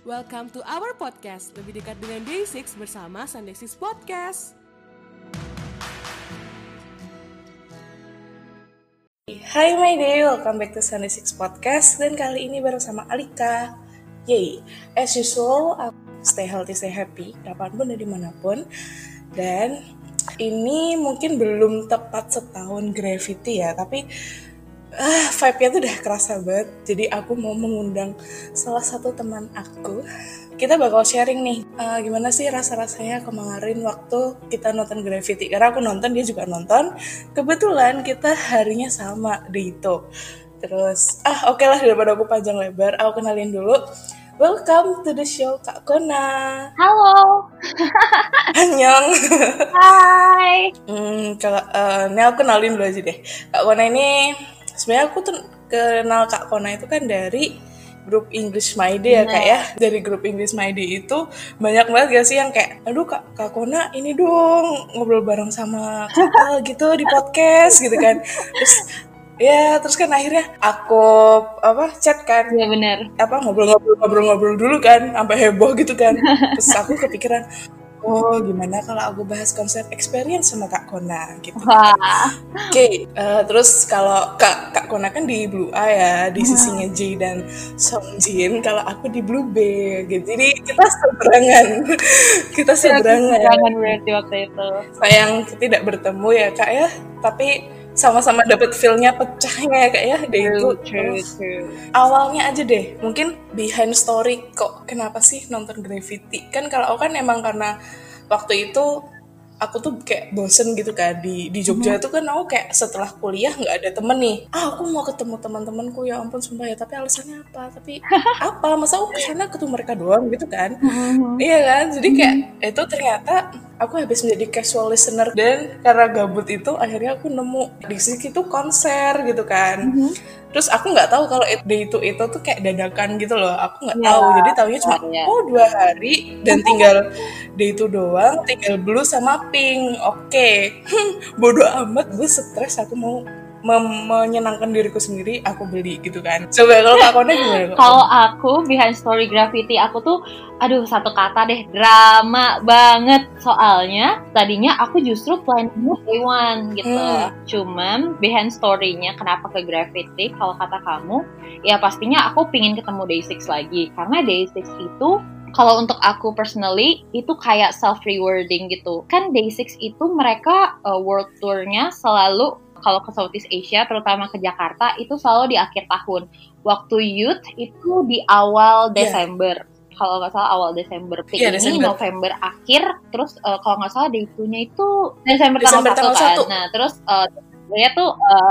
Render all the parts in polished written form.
Welcome to our podcast, lebih dekat dengan Day6 bersama Sunday6 Podcast. Hai my day, welcome back to Sunday6 Podcast. Dan kali ini bareng sama Alika. Yay, as usual, stay healthy, stay happy, kapanpun dan dimanapun. Dan ini mungkin belum tepat setahun Gravity ya, tapi vibe-nya tuh udah kerasa banget. Jadi aku mau mengundang salah satu teman aku. Kita bakal sharing nih, gimana sih rasa-rasanya kemarin waktu kita nonton Gravity. Karena aku nonton, dia juga nonton. Kebetulan kita harinya sama di itu. Terus, oke lah, daripada aku panjang lebar, aku kenalin dulu. Welcome to the show, Kak Kona. Halo. Annyeong. Hai. Ini aku kenalin dulu aja deh. Kak Kona ini, sebenarnya aku tuh kenal Kak Kona itu kan dari grup English My Day ya Kak ya. Dari grup English My Day itu banyak banget gak sih yang kayak, aduh Kak Kona ini dong ngobrol bareng sama Kak Al gitu di podcast gitu kan. Terus kan akhirnya aku chat kan. Iya benar. Ngobrol dulu kan sampai heboh gitu kan. Terus aku kepikiran, oh gimana kalau aku bahas konsep experience sama Kak Kona gitu. Oke, terus kalau Kak Kona kan di Blue A ya, di sisinya J dan Songjin, kalau aku di Blue B gitu. Jadi kita seberangan berarti waktu itu. Sayang tidak bertemu ya Kak ya, tapi sama-sama dapat feel-nya pecahnya ya Kak ya. True. Awalnya aja deh, mungkin behind story kok kenapa sih nonton Gravity. Kan kalau aku kan emang karena waktu itu aku tuh kayak bosen gitu kan di Jogja tuh kan aku kayak setelah kuliah nggak ada temen nih. Aku mau ketemu teman-temanku, ya ampun sumpah ya, tapi alasannya apa masa aku kesana ketemu mereka doang gitu kan. Iya kan, jadi kayak itu ternyata aku habis menjadi casual listener, dan karena gabut itu akhirnya aku nemu di situ konser gitu kan. Terus aku nggak tahu kalau itu tuh kayak dadakan gitu loh, aku nggak tahu. Jadi taunya cuma 2 hari dan tinggal day itu doang, tinggal Blue sama Pink. Oke. Bodoh amat, gue stres, aku mau menyenangkan diriku sendiri, aku beli gitu kan. Coba kalau Kak Kona gimana? Kalau aku behind story Gravity, aku tuh satu kata deh, drama banget. Soalnya tadinya aku justru plan day one gitu. Cuman behind story-nya kenapa ke Gravity, kalau kata kamu, ya pastinya aku pingin ketemu Day6 lagi. Karena Day6 itu, kalau untuk aku personally, itu kayak self-rewarding gitu. Kan Day6 itu mereka world tour-nya selalu, kalau ke Southeast Asia, terutama ke Jakarta, itu selalu di akhir tahun. Waktu youth itu di awal Desember. Kalau nggak salah awal Desember. Ini Desember. November akhir, terus kalau nggak salah date-nya itu Desember tanggal 1 kan. Nah, terus dia tuh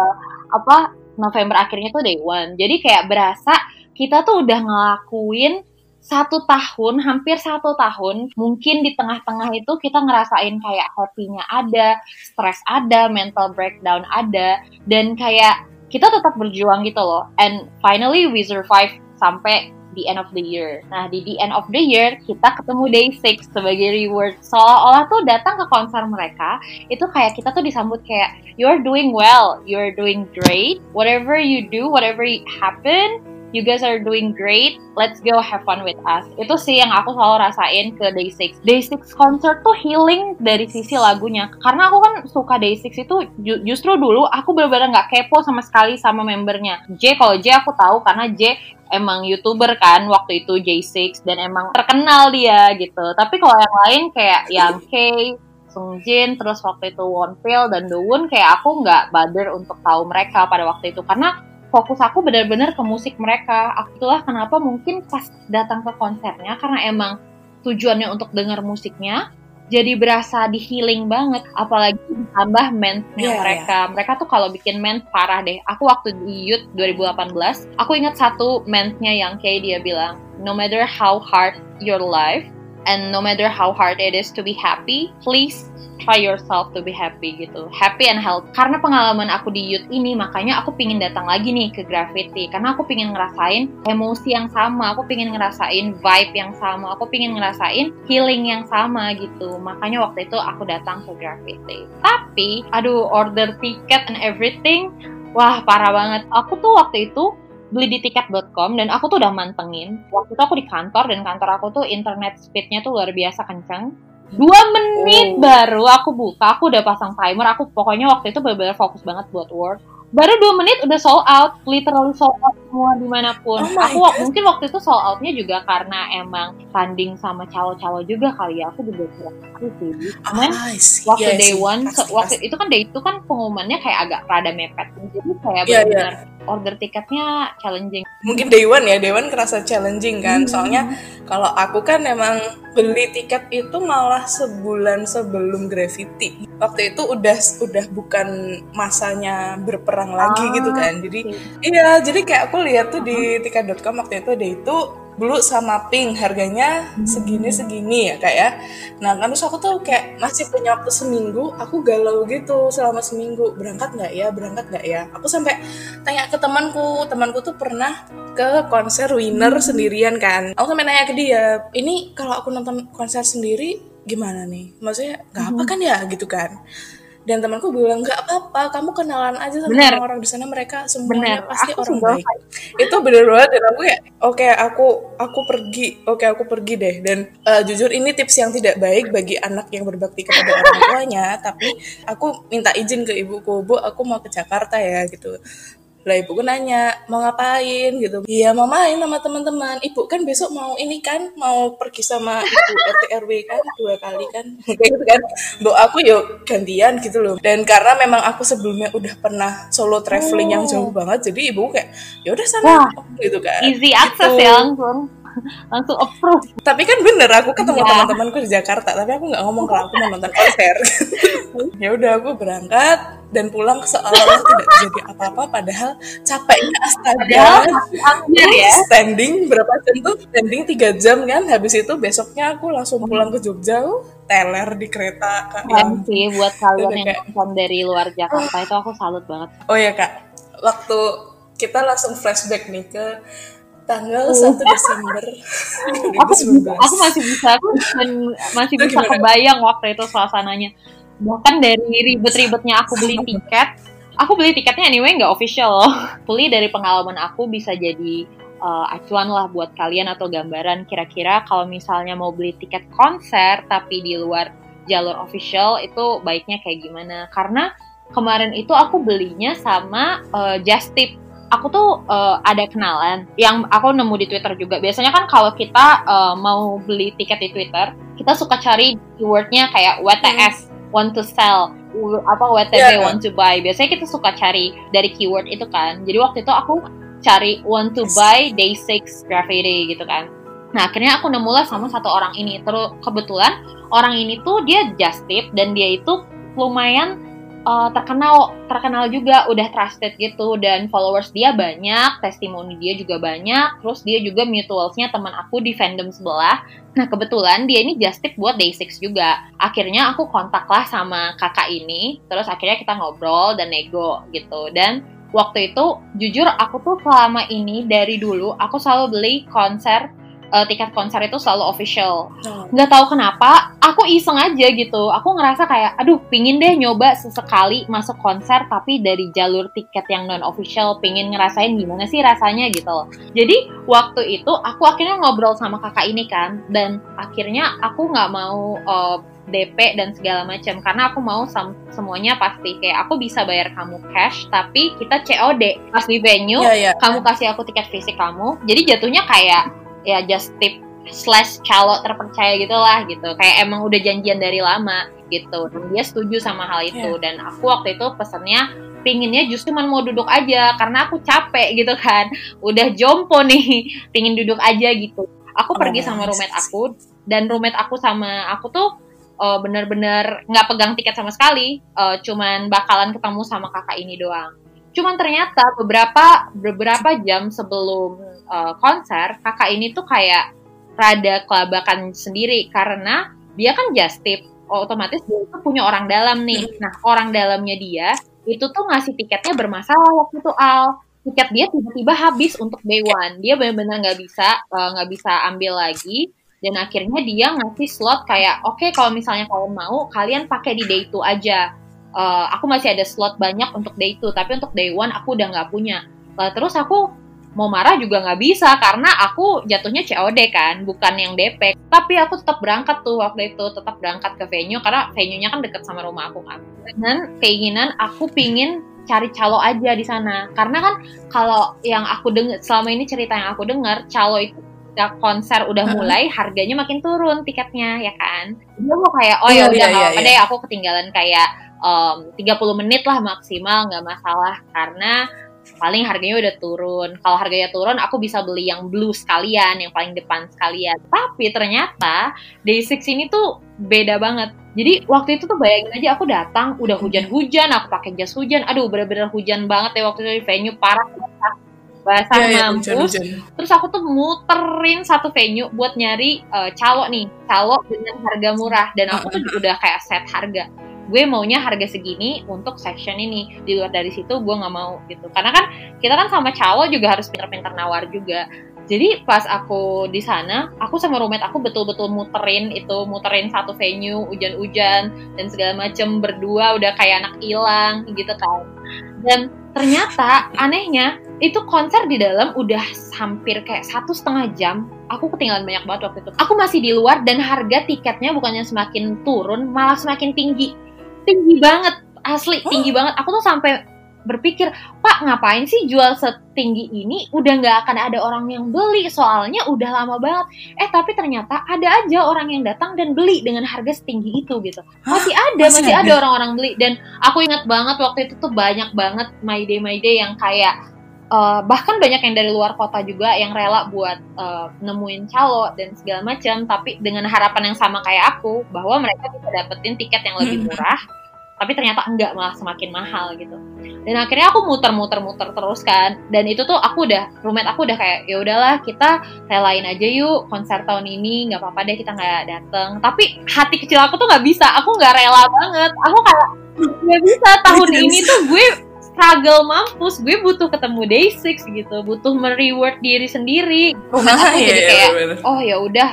November akhirnya tuh day one. Jadi kayak berasa kita tuh udah ngelakuin 1 tahun, hampir 1 tahun, mungkin di tengah-tengah itu kita ngerasain kayak happy-nya ada, stres ada, mental breakdown ada, dan kayak kita tetap berjuang gitu loh. And finally we survive sampai the end of the year. Nah, di the end of the year, kita ketemu Day6 sebagai reward. Seolah-olah tuh datang ke konser mereka, itu kayak kita tuh disambut kayak, you're doing well, you're doing great, whatever you do, whatever happen, you guys are doing great, let's go have fun with us. Itu sih yang aku selalu rasain ke Day6. Day6 concert tuh healing dari sisi lagunya. Karena aku kan suka Day6 itu justru dulu aku benar-benar gak kepo sama sekali sama membernya. Kalau J aku tahu karena J emang YouTuber kan waktu itu J6, dan emang terkenal dia gitu. Tapi kalau yang lain kayak yang K, Songjin, terus waktu itu Wonpil dan Dowoon, kayak aku gak bother untuk tahu mereka pada waktu itu. Karena fokus aku benar-benar ke musik mereka. Itulah kenapa mungkin pas datang ke konsernya, karena emang tujuannya untuk denger musiknya, jadi berasa di healing banget. Apalagi ditambah ment-nya mereka. Mereka tuh kalau bikin ment parah deh. Aku waktu di Youth 2018, aku ingat satu ment-nya yang kayak dia bilang, no matter how hard your life, and no matter how hard it is to be happy, please try yourself to be happy gitu. Happy and healthy. Karena pengalaman aku di youth ini, makanya aku pingin datang lagi nih ke Gravity. Karena aku pingin ngerasain emosi yang sama, aku pingin ngerasain vibe yang sama, aku pingin ngerasain healing yang sama gitu. Makanya waktu itu aku datang ke Gravity. Tapi, order tiket and everything, wah parah banget. Aku tuh waktu itu beli di tiket.com dan aku tuh udah mantengin. Waktu itu aku di kantor dan kantor aku tuh internet speednya tuh luar biasa kenceng. 2 menit baru aku buka, aku udah pasang timer. Aku pokoknya waktu itu benar-benar fokus banget buat work. Baru 2 menit udah sold out, literally sold out semua dimanapun. Mungkin waktu itu sold outnya juga karena emang tanding sama calo-calo juga kali ya. Aku juga kurang tahu sih. Cuman waktu day one, waktu itu kan day itu kan pengumumannya kayak agak rada mepet. Jadi kayak benar-benar order tiketnya challenging. Mungkin day one kerasa challenging kan. Soalnya kalau aku kan emang beli tiket itu malah sebulan sebelum Gravity. Waktu itu udah bukan masanya berperang lagi gitu kan. Jadi jadi kayak aku lihat tuh di tiket.com waktu itu dia itu Blue sama Pink harganya segini ya kak ya. Nah kan terus aku tuh kayak masih punya waktu seminggu, aku galau gitu selama seminggu, berangkat nggak ya. Aku sampai tanya ke temanku tuh pernah ke konser Winner sendirian kan. Aku sampai nanya ke dia, ini kalau aku nonton konser sendiri gimana nih? Maksudnya nggak apa kan ya gitu kan. Dan temanku bilang nggak apa-apa, kamu kenalan aja sama orang-orang di sana, mereka semuanya pasti orang baik. Itu bener banget. Dan aku kayak aku pergi deh. Dan jujur ini tips yang tidak baik bagi anak yang berbakti kepada orang tuanya. Tapi aku minta izin ke ibuku, Bu, aku mau ke Jakarta ya gitu. Lah ibuku nanya, mau ngapain gitu. Iya mau main sama teman-teman. Ibu kan besok mau pergi sama ibu RT RW kan 2 kali kan. Kayak gitu kan. Aku yuk gantian gitu loh. Dan karena memang aku sebelumnya udah pernah solo traveling yang jauh banget, jadi ibu kayak ya udah sana gitu kan. Easy access ya langsung approve. Tapi kan bener aku ketemu teman-temanku di Jakarta, tapi aku nggak ngomong kalau aku mau nonton konser. Ya udah aku berangkat dan pulang seolah-olah tidak jadi apa-apa, padahal capeknya astaga. Standing berapa jam tuh? Standing 3 jam kan. Habis itu besoknya aku langsung pulang ke Jogja, teler di kereta. Keren sih buat kalian yang nonton dari luar Jakarta, itu aku salut banget. Oh ya kak, waktu kita langsung flashback nih ke tanggal 1 Desember 2019. Aku masih bisa kebayang waktu itu suasananya. Bahkan dari ribet-ribetnya aku beli tiketnya anyway nggak official. Pulih dari pengalaman aku bisa jadi acuan lah buat kalian atau gambaran kira-kira kalau misalnya mau beli tiket konser tapi di luar jalur official itu baiknya kayak gimana. Karena kemarin itu aku belinya sama Just Tip. Aku tuh ada kenalan yang aku nemu di Twitter juga. Biasanya kan kalau kita mau beli tiket di Twitter, kita suka cari keywordnya kayak WTS, want to sell, WTB, want to buy. Biasanya kita suka cari dari keyword itu kan. Jadi waktu itu aku cari want to buy day 6 Gravity gitu kan. Nah akhirnya aku nemulah sama satu orang ini. Terus kebetulan orang ini tuh dia Just Tip dan dia itu lumayan terkenal juga, udah trusted gitu, dan followers dia banyak, testimoni dia juga banyak, terus dia juga mutualsnya teman aku di fandom sebelah. Nah kebetulan dia ini Just Tip buat Day 6 juga. Akhirnya aku kontak lah sama kakak ini, terus akhirnya kita ngobrol dan nego gitu. Dan waktu itu jujur aku tuh selama ini dari dulu aku selalu beli tiket konser itu selalu official. Nggak tahu kenapa, aku iseng aja gitu. Aku ngerasa kayak, aduh pingin deh nyoba sesekali masuk konser tapi dari jalur tiket yang non-official. Pingin ngerasain gimana sih rasanya gitu. Jadi waktu itu aku akhirnya ngobrol sama kakak ini kan. Dan akhirnya aku nggak mau DP dan segala macam. Karena aku mau semuanya pasti. Kayak aku bisa bayar kamu cash tapi kita COD. Pas di venue, kamu kasih aku tiket fisik kamu. Jadi jatuhnya kayak ya Just Tip / calo terpercaya gitulah gitu, kayak emang udah janjian dari lama gitu. Dan dia setuju sama hal itu. Dan aku waktu itu pesennya pinginnya justru cuma mau duduk aja karena aku capek gitu kan, udah jompo nih, pingin duduk aja gitu. Aku pergi sama roommate aku, dan roommate aku sama aku tuh bener-bener nggak pegang tiket sama sekali, cuman bakalan ketemu sama kakak ini doang. Cuman ternyata beberapa jam sebelum konser, kakak ini tuh kayak rada kelabakan sendiri karena dia kan Just Tip, otomatis dia itu punya orang dalam nih. Nah orang dalamnya dia itu tuh ngasih tiketnya bermasalah waktu itu tiket dia tiba-tiba habis untuk day one, dia benar-benar nggak bisa ambil lagi. Dan akhirnya dia ngasih slot kayak oke, kalau misalnya kalian mau kalian pakai di day 2 aja. Aku masih ada slot banyak untuk day 2, tapi untuk day 1 aku udah nggak punya. Terus aku mau marah juga nggak bisa karena aku jatuhnya COD kan, bukan yang DP. Tapi aku tetap berangkat tuh waktu itu, tetap berangkat ke venue karena venue-nya kan deket sama rumah aku kan. Dan keinginan aku pingin cari calo aja di sana. Karena kan kalau yang aku dengar selama ini, cerita yang aku dengar, calo itu ketika konser udah mulai harganya makin turun tiketnya ya kan. Dia mau kayak ya udah nggak apa-apa deh, aku ketinggalan kayak 30 menit lah maksimal, nggak masalah karena paling harganya udah turun. Kalau harganya turun, aku bisa beli yang blue sekalian, yang paling depan sekalian. Tapi ternyata Day6 ini tuh beda banget. Jadi waktu itu tuh bayangin aja, aku datang udah hujan-hujan, aku pakai jas hujan. Aduh, bener-bener hujan banget ya waktu itu di venue, parah basah mampus. Terus aku tuh muterin satu venue buat nyari calo dengan harga murah. Dan aku tuh udah kayak set harga. Gue maunya harga segini untuk section ini, di luar dari situ gue nggak mau gitu, karena kan kita kan sama calo juga harus pintar-pintar nawar juga. Jadi pas aku di sana, aku sama roommate aku betul-betul muterin satu venue, hujan-hujan dan segala macem, berdua udah kayak anak hilang gitu kan. Dan ternyata anehnya itu konser di dalam udah hampir kayak 1,5 jam. Aku ketinggalan banyak banget waktu itu. Aku masih di luar dan harga tiketnya bukannya semakin turun, malah semakin tinggi banget, asli tinggi banget. Aku tuh sampai berpikir, Pak ngapain sih jual setinggi ini, udah nggak akan ada orang yang beli, soalnya udah lama banget. Tapi ternyata ada aja orang yang datang dan beli dengan harga setinggi itu gitu. Masih ada orang-orang beli. Dan aku ingat banget waktu itu tuh banyak banget my day yang kayak bahkan banyak yang dari luar kota juga yang rela buat nemuin calo dan segala macam, tapi dengan harapan yang sama kayak aku, bahwa mereka bisa dapetin tiket yang lebih murah, tapi ternyata enggak, malah semakin mahal gitu. Dan akhirnya aku muter terus kan, dan itu tuh roommate aku udah kayak, ya udahlah kita relain aja yuk konser tahun ini, nggak apa-apa deh kita nggak dateng. Tapi hati kecil aku tuh nggak bisa, aku nggak rela banget, aku kayak nggak bisa, tahun ini tuh gue struggle mampus, gue butuh ketemu Day6 gitu, butuh mereward diri sendiri. Roommate aku jadi kayak, ya udah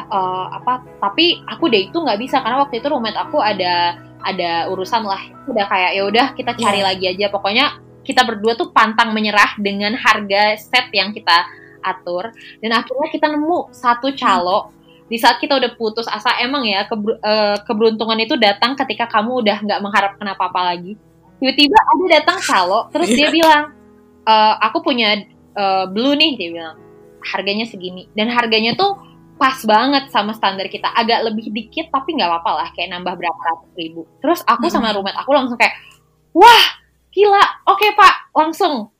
tapi aku Day itu nggak bisa karena waktu itu roommate aku ada urusan lah. Udah kayak ya udah kita cari lagi aja. Pokoknya kita berdua tuh pantang menyerah dengan harga set yang kita atur. Dan akhirnya kita nemu satu calo. Di saat kita udah putus asa, emang ya keberuntungan itu datang ketika kamu udah nggak mengharapkan apa-apa lagi. Tiba-tiba ada datang calo, terus dia bilang, aku punya blue nih, dia bilang, harganya segini. Dan harganya tuh pas banget sama standar kita, agak lebih dikit tapi nggak apa-apa lah, kayak nambah berapa ratus ribu. Terus aku sama roommate aku langsung kayak, wah gila, oke Pak, langsung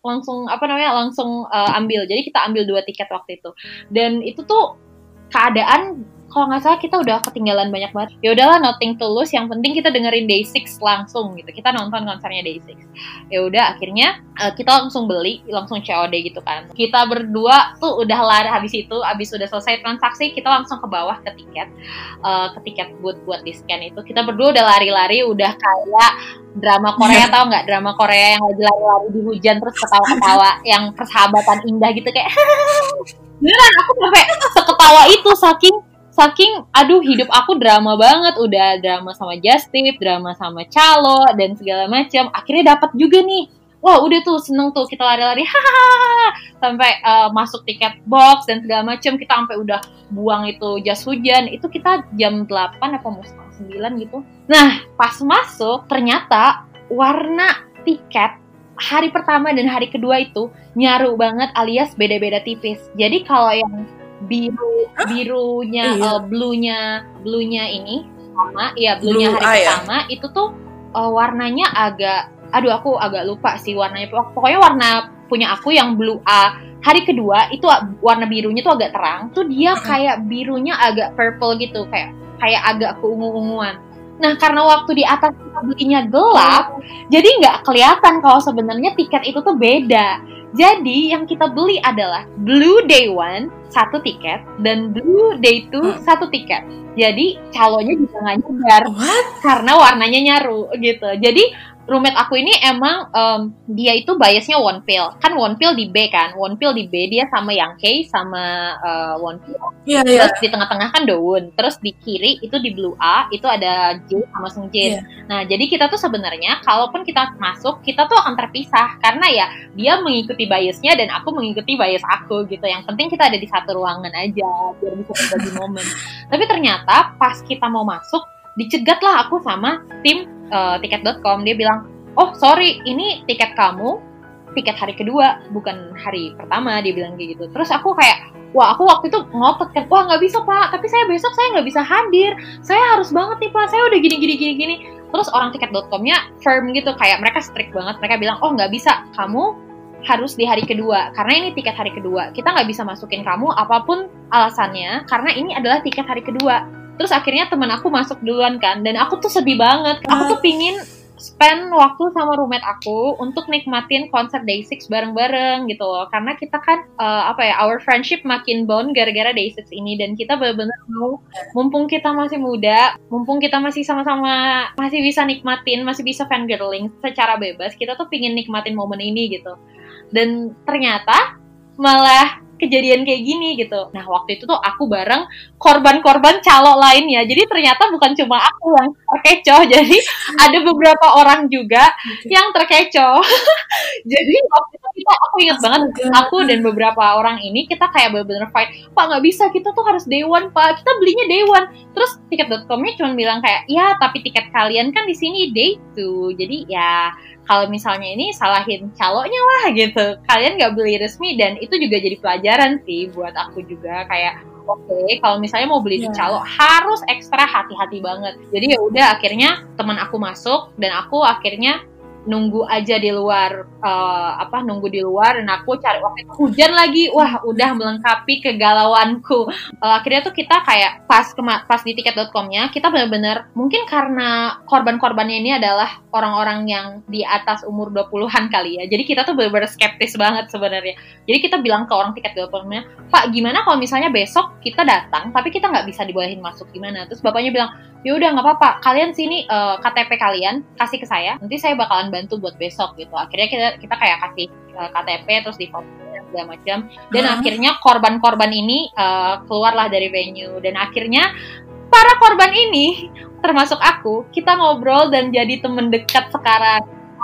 ambil. Jadi kita ambil 2 tiket waktu itu. Dan itu tuh keadaan, kalau nggak salah kita udah ketinggalan banyak banget. Ya udahlah, nothing to lose, yang penting kita dengerin Day6 langsung gitu. Kita nonton konsernya Day6. Ya udah, akhirnya kita langsung beli, langsung COD gitu kan. Kita berdua tuh udah lari habis udah selesai transaksi, kita langsung ke bawah ke tiket booth buat di scan itu. Kita berdua udah lari-lari, udah kayak drama Korea, tau nggak? Drama Korea yang lagi lari-lari di hujan terus ketawa-ketawa, yang persahabatan indah gitu kayak. Beneran, aku sampai seketawa itu saking aduh, hidup aku drama banget, udah drama sama Just Tip, drama sama calo dan segala macam. Akhirnya dapat juga nih. Wah, udah tuh seneng tuh, kita lari-lari sampai masuk tiket box dan segala macam. Kita sampai udah buang itu jas hujan. Itu kita jam 8 apa mau 9 gitu. Nah, pas masuk ternyata warna tiket hari pertama dan hari kedua itu nyaru banget, alias beda-beda tipis. Jadi kalau yang birunya bluenya ini sama, bluenya hari pertama itu tuh warnanya aku agak lupa sih warnanya. Pokoknya warna punya aku yang blue A hari kedua itu warna birunya tuh agak terang, tuh dia kayak birunya agak purple gitu, kayak agak keungu-unguan. Nah, karena waktu di atas kita belinya gelap, jadi nggak kelihatan kalau sebenarnya tiket itu tuh beda. Jadi yang kita beli adalah Blue Day 1 1 tiket dan Blue Day 2 1 tiket. Jadi calonnya juga nggak nyadar karena warnanya nyaru gitu. Jadi roommate aku ini emang dia itu biasnya one pill. Kan one pill di B kan. One pill di B dia sama yang K sama one pill. Iya, Terus di tengah-tengah kan Daewon. Terus di kiri itu di Blue A itu ada J sama Sung Jin. Nah, jadi kita tuh sebenarnya kalaupun kita masuk, kita tuh akan terpisah karena ya dia mengikuti biasnya dan aku mengikuti bias aku gitu. Yang penting kita ada di satu ruangan aja biar bisa berbagi momen. Tapi ternyata pas kita mau masuk dicegat lah aku sama tim tiket.com. Dia bilang, oh sorry, ini tiket kamu tiket hari kedua, bukan hari pertama. Dia bilang kayak gitu. Terus aku kayak, wah aku waktu itu ngotot kan, wah nggak bisa pak, tapi saya besok saya nggak bisa hadir, saya harus banget nih pak, saya udah gini. Terus orang tiket.com-nya firm gitu, kayak mereka strict banget. Mereka bilang, oh nggak bisa, kamu harus di hari kedua, karena ini tiket hari kedua, kita nggak bisa masukin kamu apapun alasannya, karena ini adalah tiket hari kedua. Terus akhirnya teman aku masuk duluan kan, dan aku tuh sedih banget. Aku tuh pingin spend waktu sama roommate aku untuk nikmatin konser Day6 bareng-bareng gitu loh. Karena kita kan our friendship makin bond gara-gara Day6 ini, dan kita benar-benar mau, mumpung kita masih muda, mumpung kita masih sama-sama masih bisa nikmatin, masih bisa fangirling secara bebas, kita tuh pingin nikmatin momen ini gitu. Dan ternyata malah kejadian kayak gini gitu. Nah waktu itu tuh aku bareng korban-korban calo lainnya. Jadi ternyata bukan cuma aku yang terkecoh. Jadi ada beberapa orang juga yang terkecoh. Jadi waktu itu aku ingat banget, aku dan beberapa orang ini kita kayak bener-bener fight. Pak nggak bisa, kita tuh harus day one pak. Kita belinya day one. Terus tiket.com-nya cuma bilang kayak, ya tapi tiket kalian kan di sini day 2. Jadi ya kalau misalnya ini salahin calonya lah gitu. Kalian nggak beli resmi, dan itu juga jadi pelajaran sih buat aku juga kayak oke, kalau misalnya mau beli di calo harus ekstra hati-hati banget. Jadi ya udah akhirnya teman aku masuk dan aku akhirnya nunggu aja di luar, nunggu di luar, dan aku cari waktu itu hujan lagi, wah udah melengkapi kegalauanku. Akhirnya tuh kita kayak pas di tiket.com-nya kita benar-benar, mungkin karena korban-korbannya ini adalah orang-orang yang di atas umur 20-an kali ya, jadi kita tuh benar-benar skeptis banget sebenarnya. Jadi kita bilang ke orang tiket.com-nya, Pak gimana kalau misalnya besok kita datang tapi kita nggak bisa dibolehin masuk, gimana? Terus bapaknya bilang, ya udah nggak apa-apa, kalian sini KTP kalian kasih ke saya, nanti saya bakalan bantu buat besok gitu. Akhirnya kita kayak kasih KTP terus di foto segala macam, dan akhirnya korban-korban ini keluarlah dari venue, dan akhirnya para korban ini termasuk aku, kita ngobrol dan jadi temen dekat sekarang.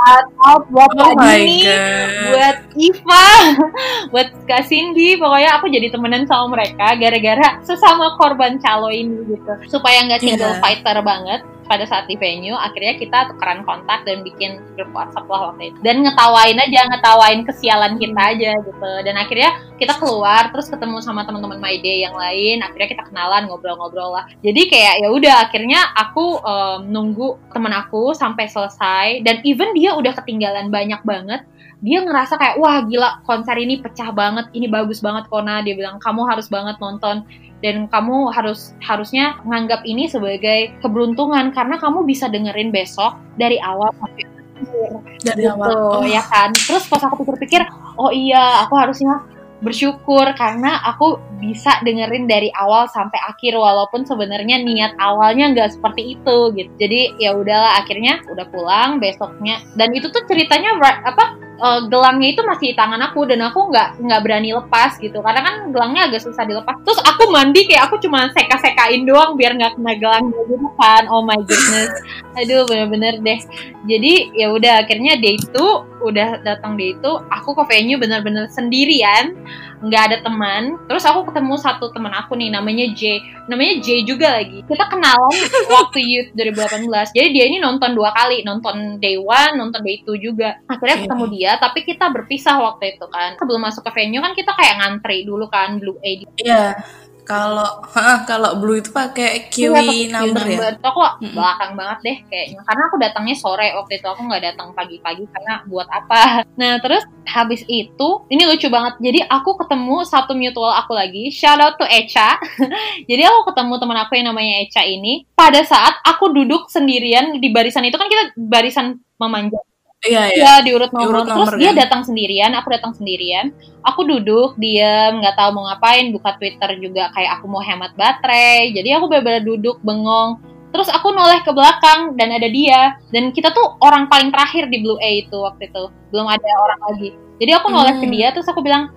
Buat Dini, buat Iva, buat Kak Cindy, pokoknya aku jadi temenan sama mereka gara-gara sesama korban calo ini gitu. Supaya nggak single fighter banget pada saat di venue, akhirnya kita tukeran kontak dan bikin grup WhatsApp lah waktu itu. Dan ngetawain kesialan kita aja gitu. Dan akhirnya kita keluar terus ketemu sama teman-teman My Day yang lain, akhirnya kita kenalan, ngobrol-ngobrol lah. Jadi kayak ya udah akhirnya aku nunggu teman aku sampai selesai, dan even dia udah ketinggalan banyak banget. Dia ngerasa kayak, wah gila konser ini pecah banget, ini bagus banget Kona. Dia bilang kamu harus banget nonton, dan kamu harusnya nganggap ini sebagai keberuntungan karena kamu bisa dengerin besok dari awal sampai akhir. Dari gitu, awal. Ya kan. Terus pas aku pikir-pikir, oh iya aku harusnya bersyukur karena aku bisa dengerin dari awal sampai akhir, walaupun sebenarnya niat awalnya nggak seperti itu gitu. Jadi ya udahlah, akhirnya udah pulang besoknya, dan itu tuh ceritanya gelangnya itu masih di tangan aku, dan aku nggak berani lepas gitu karena kan gelangnya agak susah dilepas. Terus aku mandi kayak aku cuma seka-sekain doang biar nggak kena gelangnya gitu kan. Oh my goodness, aduh bener-bener deh. Jadi ya udah akhirnya day itu udah datang, day itu aku ke venue bener-bener sendirian, nggak ada teman. Terus aku ketemu satu teman aku nih, namanya J juga lagi. Kita kenalan waktu Youth 2018. Jadi dia ini nonton 2 kali, nonton day 1, nonton day 2 juga. Akhirnya ketemu dia, tapi kita berpisah waktu itu kan. Sebelum masuk ke venue kan kita kayak ngantri dulu kan, Blue A. Iya. Kalau Blue itu pakai QI number ya. Itu aku belakang banget deh kayaknya, karena aku datangnya sore waktu itu, aku nggak datang pagi-pagi karena buat apa. Nah terus habis itu ini lucu banget, jadi aku ketemu satu mutual aku lagi, shout out to Echa. Jadi aku ketemu teman aku yang namanya Echa ini pada saat aku duduk sendirian di barisan itu kan, kita barisan memanjang. Iya, Ya, diurut nomor. Diurut Terus nomor, dia kan? datang sendirian, aku datang sendirian. Aku duduk, diam, nggak tahu mau ngapain, buka Twitter juga kayak aku mau hemat baterai. Jadi aku benar-benar duduk bengong. Terus aku noleh ke belakang dan ada dia. Dan kita tuh orang paling terakhir di Blue A itu waktu itu. Belum ada orang lagi. Jadi aku noleh ke dia, terus aku bilang,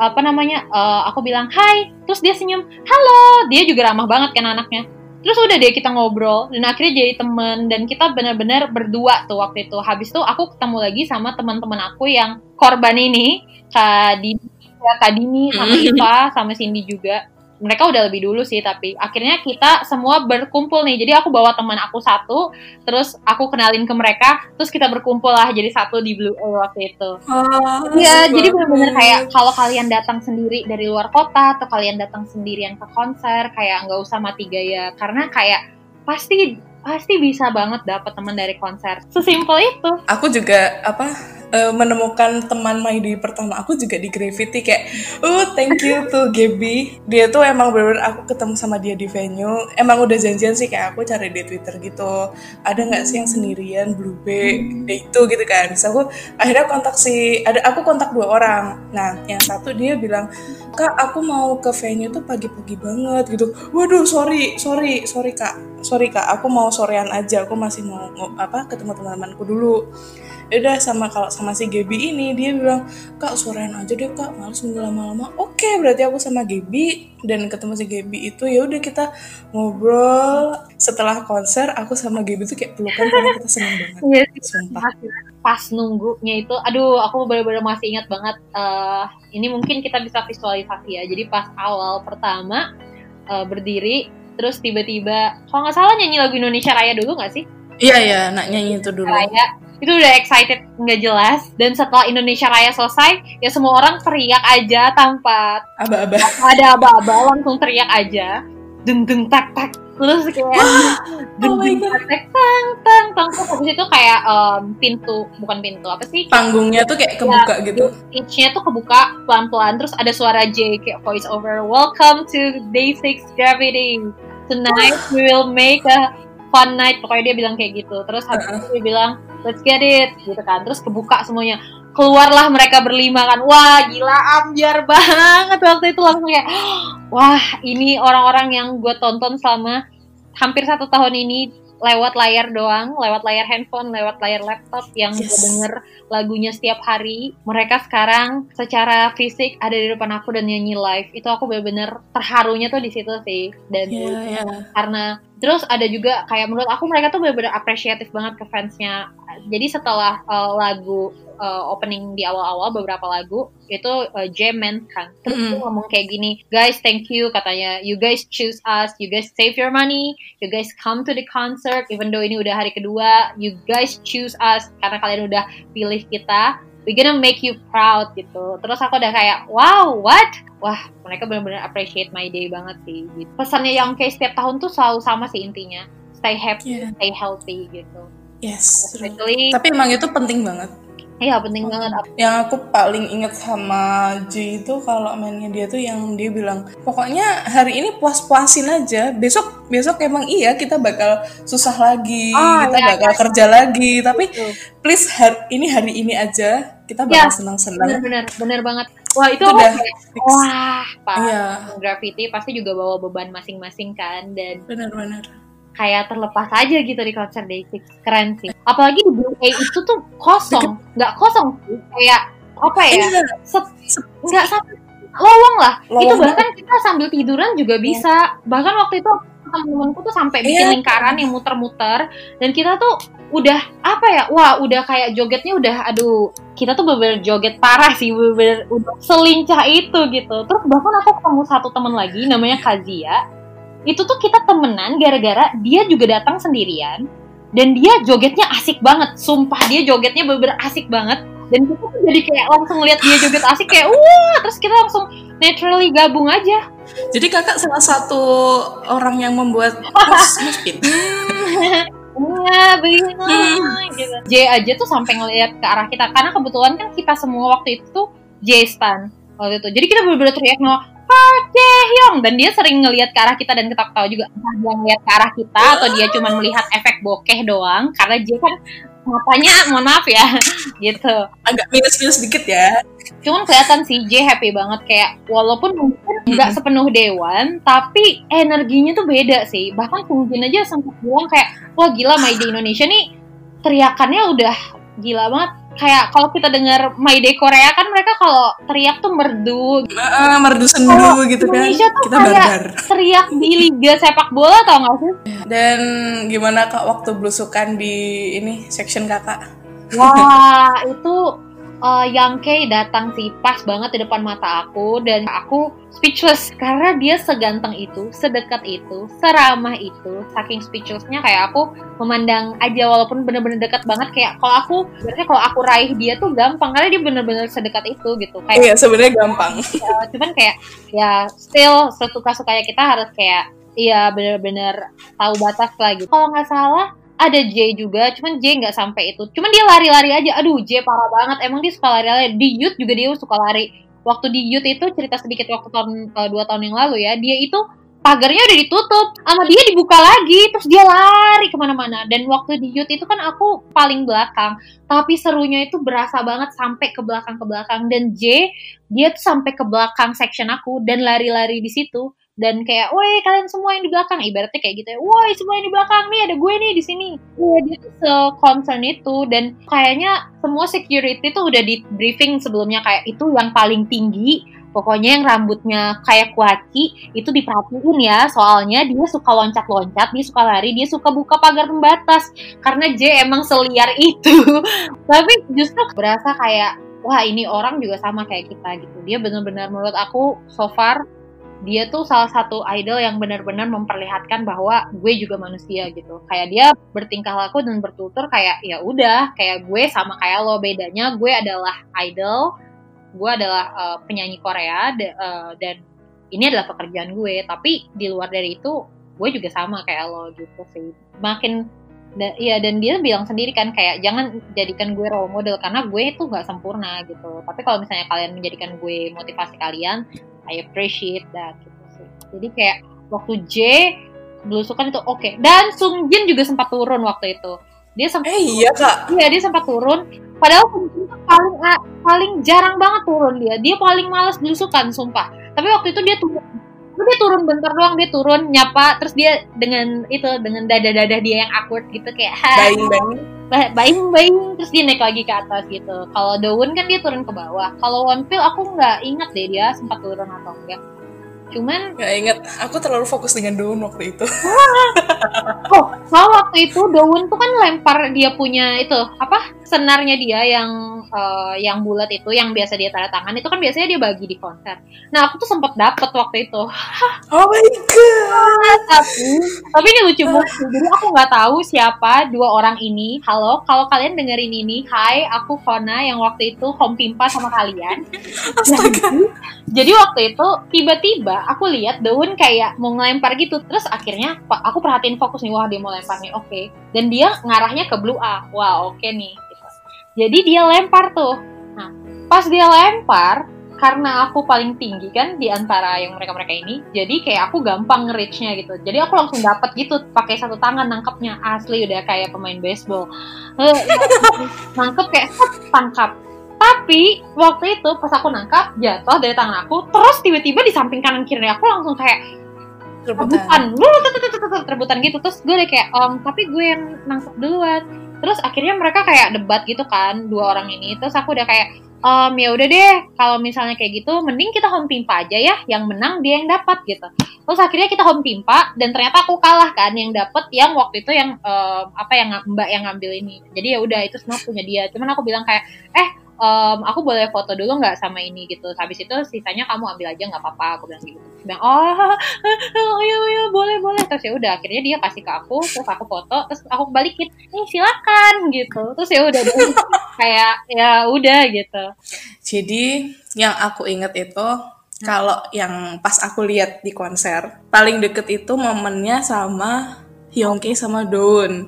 aku bilang, hai. Terus dia senyum, halo. Dia juga ramah banget kan anaknya. Terus udah deh kita ngobrol dan akhirnya jadi temen dan kita benar-benar berdua tuh waktu itu. Habis itu aku ketemu lagi sama teman-teman aku yang korban ini, Kak Dini sama Iva sama Cindy juga. Mereka udah lebih dulu sih, tapi akhirnya kita semua berkumpul nih. Jadi aku bawa teman aku satu, terus aku kenalin ke mereka, terus kita berkumpul lah jadi satu di Blue A waktu itu. Iya, jadi benar-benar kayak kalau kalian datang sendiri dari luar kota atau kalian datang sendirian ke konser, kayak nggak usah mati gaya, karena kayak pasti bisa banget dapet teman dari konser. Sesimpel itu. Aku juga menemukan teman My Day pertama aku juga di Gravity, kayak thank you to Gaby. Dia tuh emang bener-bener aku ketemu sama dia di venue. Emang udah janjian sih, kayak aku cari di Twitter gitu, ada nggak sih yang sendirian Blue Bay day itu gitu kan. Terus aku akhirnya aku kontak 2 orang. Nah yang satu dia bilang, Kak aku mau ke venue tuh pagi-pagi banget gitu. Waduh sorry kak, aku mau sorean aja, aku masih mau ketemu teman-temanku dulu. Udah kalau sama si Gaby ini dia bilang, Kak sorean aja deh Kak, males nunggu lama-lama. Oke, berarti aku sama Gaby dan ketemu si Gaby itu, ya udah kita ngobrol. Setelah konser aku sama Gaby tuh kayak pelukan karena kita seneng banget. Iya sih, sumpah. Pas nunggunya itu, aduh aku benar-benar masih ingat banget. Ini mungkin kita bisa visualisasi ya. Jadi pas awal pertama berdiri, terus tiba-tiba kalau nggak salah nyanyi lagu Indonesia Raya dulu nggak sih? Iya, nak nyanyi itu dulu. Raya itu udah excited nggak jelas, dan setelah Indonesia Raya selesai ya semua orang teriak aja tanpa ada aba-aba, langsung teriak aja, deng deng tak tak, terus kayak deng deng tak tak tang tang tang. Habis itu kayak panggungnya tuh kayak kebuka ya, gitu, stage-nya tuh kebuka pelan-pelan, terus ada suara J kayak voice over, welcome to Day6 Gravity, tonight we will make a fun night, pokoknya dia bilang kayak gitu. Terus habis itu dia bilang let's get it gitu kan, terus kebuka semuanya, keluarlah mereka berlima kan. Wah gila, ambiar banget waktu itu, langsung kayak wah ini orang-orang yang gue tonton selama hampir 1 tahun ini lewat layar doang, lewat layar handphone, lewat layar laptop, yang gue denger lagunya setiap hari, mereka sekarang secara fisik ada di depan aku dan nyanyi live. Itu aku bener-bener terharunya tuh di situ sih. Dan karena terus ada juga kayak menurut aku mereka tuh bener-bener apresiatif banget ke fansnya. Jadi setelah lagu opening di awal-awal beberapa lagu itu J-Man kan, terus dia ngomong kayak gini, guys thank you katanya, you guys choose us, you guys save your money, you guys come to the concert even though ini udah hari kedua, you guys choose us karena kalian udah pilih kita, we gonna make you proud gitu. Terus aku udah kayak wow, what? Wah, mereka benar-benar appreciate My Day banget sih gitu. Pesannya yang kayak setiap tahun tuh selalu sama sih intinya, stay happy, stay healthy gitu. Yes, tapi emang itu penting banget. Iya, penting banget. Yang aku paling inget sama J itu kalau mainnya dia tuh yang dia bilang, pokoknya hari ini puas-puasin aja, besok emang iya kita bakal susah lagi, kita bakal kerja lagi, tapi please hari ini aja kita bakal senang-senang. Bener banget. Wah itu udah Gravity pasti juga bawa beban masing-masing kan, dan benar-benar kayak terlepas aja gitu di konser Day6. Keren sih. Apalagi di Blue A itu tuh kosong. Nggak kosong sih. Kayak apa ya? Nggak sampai lowong lah. Itu bahkan kita sambil tiduran juga bisa. Bahkan waktu itu temen-temenku tuh sampai bikin lingkaran yang muter-muter. Dan kita tuh udah apa ya? Wah udah kayak jogetnya udah aduh. Kita tuh bener-bener joget parah sih. Bener-bener udah selincah itu gitu. Terus bahkan aku ketemu satu temen lagi namanya Kazia. Itu tuh kita temenan gara-gara dia juga datang sendirian dan dia jogetnya asik banget, sumpah dia jogetnya bener-bener asik banget, dan kita tuh jadi kayak langsung lihat dia joget asik kayak wah, terus kita langsung naturally gabung aja. Jadi kakak salah satu orang yang membuat moshpit. Iya, begitu. Gitu. J aja tuh sampai ngelihat ke arah kita karena kebetulan kan kita semua waktu itu tuh J stan waktu itu, jadi kita bener-bener teriak Jaehyung, dan dia sering ngelihat ke arah kita dan ketawa-ketawa juga. Entah dia ngelihat ke arah kita atau dia cuma melihat efek bokeh doang, karena dia kan matanya mohon maaf ya gitu. Agak minus-minus dikit ya. Cuman kelihatan si J happy banget, kayak walaupun mungkin nggak sepenuh Dewan, tapi energinya tuh beda sih. Bahkan Sungjin aja sempat bilang kayak, wah gila My Day Indonesia nih teriakannya udah gila banget. Kayak kalau kita dengar My Day Korea kan mereka kalau teriak tuh merdu, merdu sendu gitu kan. Indonesia tuh Kita kayak barbar. teriak di liga sepak bola, tau gak sih? Dan gimana Kak waktu belusukan di ini section Kakak? Wah, itu Yang Kay datang sih pas banget di depan mata aku, dan aku speechless karena dia seganteng itu, sedekat itu, seramah itu. Saking speechlessnya kayak aku memandang aja, walaupun bener-bener dekat banget. Kayak berarti kalau aku raih dia tuh gampang karena dia bener-bener sedekat itu gitu. Kayak Iya sebenarnya gampang. cuman kayak ya still suka-sukanya kita harus kayak iya bener-bener tahu batas lah gitu. Kalau nggak salah ada J juga, cuman J nggak sampai itu. Cuman dia lari-lari aja. Aduh, J parah banget. Emang dia suka lari-lari. Di youth juga dia suka lari. Waktu di youth itu, cerita sedikit waktu 2 tahun yang lalu ya, dia itu pagarnya udah ditutup, sama dia dibuka lagi, terus dia lari kemana-mana. Dan waktu di youth itu kan aku paling belakang, tapi serunya itu berasa banget sampai ke belakang. Dan J, dia tuh sampai ke belakang section aku dan lari-lari di situ. Dan kayak, woi kalian semua yang di belakang, ibaratnya kayak gitu ya, woi semua yang di belakang nih, ada gue nih di sini. Dia tuh se-concern itu, dan kayaknya semua security tuh udah di briefing sebelumnya, kayak itu yang paling tinggi, pokoknya yang rambutnya kayak kuaci itu diperhatiin ya, soalnya dia suka loncat-loncat, dia suka lari, dia suka buka pagar pembatas, karena J emang seliar itu. Tapi justru berasa kayak, wah ini orang juga sama kayak kita gitu. Dia benar-benar menurut aku so far dia tuh salah satu idol yang benar-benar memperlihatkan bahwa gue juga manusia gitu. Kayak dia bertingkah laku dan bertutur kayak ya udah, kayak gue sama kayak lo, bedanya gue adalah idol, gue adalah penyanyi Korea dan ini adalah pekerjaan gue. Tapi di luar dari itu gue juga sama kayak lo gitu sih. Dan dia bilang sendiri kan kayak jangan jadikan gue role model karena gue itu nggak sempurna gitu. Tapi kalau misalnya kalian menjadikan gue motivasi kalian, I appreciate that gitu sih. Jadi kayak waktu J belusukan itu oke. Dan Sungjin juga sempat turun waktu itu. Dia sempat Iya Kak. Iya, dia sempat turun. Padahal Sungjin tuh paling jarang banget turun dia. Dia paling malas belusukan, sumpah. Tapi waktu itu dia turun bentar doang, dia turun nyapa, terus dia dengan dada-dada dia yang awkward gitu kayak baing, terus dia naik lagi ke atas gitu. Kalau Daewon kan dia turun ke bawah. Kalau Wonpil aku nggak ingat deh dia sempat turun atau enggak. Cuman nggak inget, aku terlalu fokus dengan Daewon waktu itu. Waktu itu Daewon tuh kan lempar dia punya itu senarnya dia yang bulat itu, yang biasa dia tanda tangan itu kan biasanya dia bagi di konser. Nah aku tuh sempat dapet waktu itu. Oh my god. Tapi ini lucu banget. Jadi aku nggak tahu siapa dua orang ini. Halo, kalau kalian dengerin ini, hai, aku Kona yang waktu itu home pimpa sama kalian. Jadi waktu itu tiba-tiba aku lihat Daewon kayak mau ngelempar gitu, terus akhirnya aku perhatiin fokus nih, wah dia mau lempar nih, oke. Dan dia ngarahnya ke Blue A, wah oke nih. Gitu. Jadi dia lempar tuh. Nah pas dia lempar, karena aku paling tinggi kan di antara yang mereka ini, jadi kayak aku gampang nge-reach-nya gitu. Jadi aku langsung dapet gitu, pakai satu tangan nangkepnya, asli udah kayak pemain baseball. Nangkep kayak tangkap. Tapi waktu itu pas aku nangkap, jatuh dari tangan aku, terus tiba-tiba di samping kanan kiri aku langsung kayak rebutan gitu. Terus gue udah kayak tapi gue yang nangkep duluan. Terus akhirnya mereka kayak debat gitu kan, dua orang ini. Terus aku udah kayak ya udah deh, kalau misalnya kayak gitu mending kita home pimpa aja ya, yang menang dia yang dapat gitu. Terus akhirnya kita home pimpa dan ternyata aku kalah kan, yang dapat yang waktu itu yang yang Mbak yang ngambil ini. Jadi ya udah itu semua punya dia. Cuman aku bilang kayak aku boleh foto dulu nggak sama ini gitu. Habis itu sisanya kamu ambil aja nggak apa-apa, aku bilang gitu. Dia bilang iya boleh. Terus ya udah akhirnya dia kasih ke aku, terus aku foto, terus aku balikin, nih silakan gitu. Terus ya udah kayak ya udah gitu. Jadi yang aku inget itu kalau yang pas aku lihat di konser paling deket itu momennya sama Hyungki sama Daewon.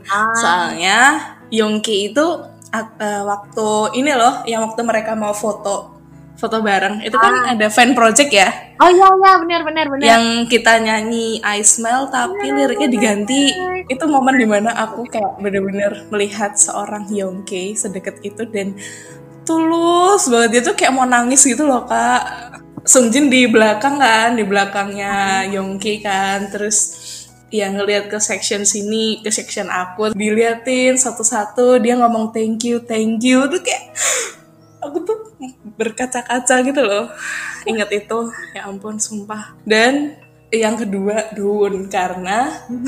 Soalnya Hyungki itu waktu ini loh, yang waktu mereka mau foto foto bareng. Itu kan ada fan project ya. Oh iya benar. Yang kita nyanyi I Smile tapi liriknya diganti. Itu momen dimana aku kayak bener-bener melihat seorang Youngkay sedekat itu dan tulus banget. Dia tuh kayak mau nangis gitu loh Kak. Sungjin di belakang kan, di belakangnya Youngkay kan. Terus ya ngelihat ke section sini, ke section aku, diliatin satu-satu, dia ngomong thank you tuh kayak aku tuh berkaca-kaca gitu loh. Ingat itu, ya ampun sumpah. Dan yang kedua Dowoon karena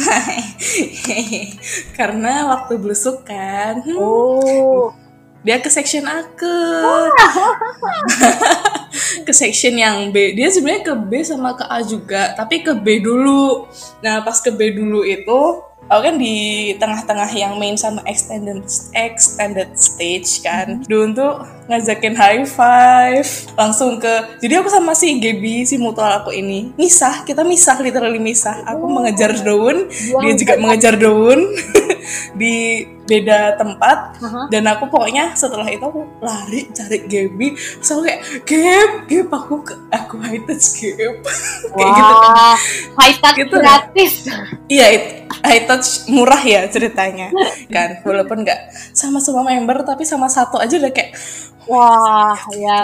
waktu belusukan. Dia ke section aku. Ke section yang B. Dia sebenarnya ke B sama ke A juga, tapi ke B dulu. Nah, pas ke B dulu itu, aku kan di tengah-tengah yang main sama extended stage kan. Dowoon tuh ngajakin high five langsung ke. Jadi aku sama si Gaby, si mutual aku ini literally misah. Aku mengejar Dowoon, dia juga mengejar Dowoon di beda tempat. Dan aku pokoknya setelah itu aku lari cari Gaby. So kayak Gab aku high touch Gab. Kayak gitu kan. High touch gitu, gratis. Iya, high touch murah ya ceritanya kan, walaupun nggak sama member tapi sama satu aja udah kayak wah.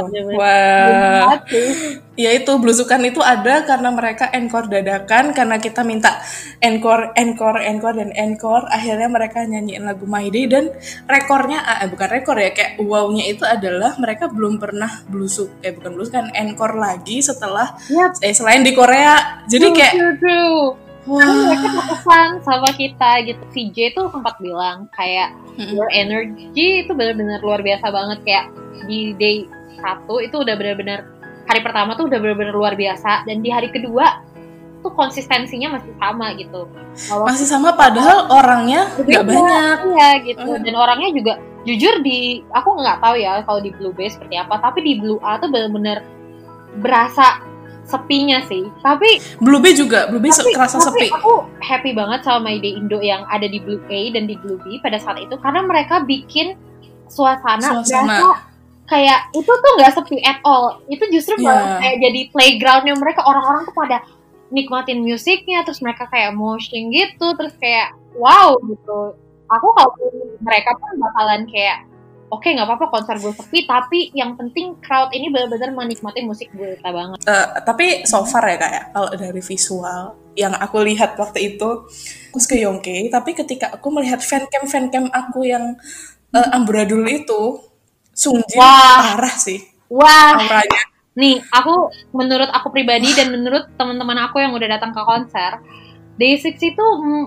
Ya itu belusukan itu ada karena mereka encore dadakan, karena kita minta encore, akhirnya mereka nyanyiin lagu My Day. Dan rekornya bukan rekor ya, kayak wow-nya itu adalah mereka belum pernah bukan belusukan, encore lagi setelah selain di Korea. Jadi kayak karena mereka berpesan sama kita gitu. Si J tuh sempat bilang kayak your energy itu benar-benar luar biasa banget. Kayak di day 1 itu udah benar-benar, hari pertama tuh udah benar-benar luar biasa, dan di hari kedua tuh konsistensinya masih sama gitu. Masih sama padahal orangnya nggak banyak. Iya gitu. Dan orangnya juga jujur aku nggak tahu ya kalau di Blue B seperti apa, tapi di Blue A tuh benar-benar berasa sepinya sih. Tapi Blue B kerasa sepi. Aku happy banget sama My Day Indo yang ada di Blue A dan di Blue B pada saat itu, karena mereka bikin suasana. Berasa kayak itu tuh nggak sepi at all. Itu justru kayak jadi playgroundnya mereka. Orang-orang tuh pada nikmatin musiknya, terus mereka kayak moshing gitu, terus kayak wow gitu. Aku kalau mereka pun bakalan kayak oke, nggak apa-apa konser gue sepi, tapi yang penting crowd ini benar-benar menikmati musik gue banget. Tapi so far ya kayak kalau dari visual yang aku lihat waktu itu, aku suka Youngkay, tapi ketika aku melihat fancam aku yang amburadul itu, Sungjin parah sih. Auranya. Nih, menurut aku pribadi dan menurut teman-teman aku yang udah datang ke konser, Day6 itu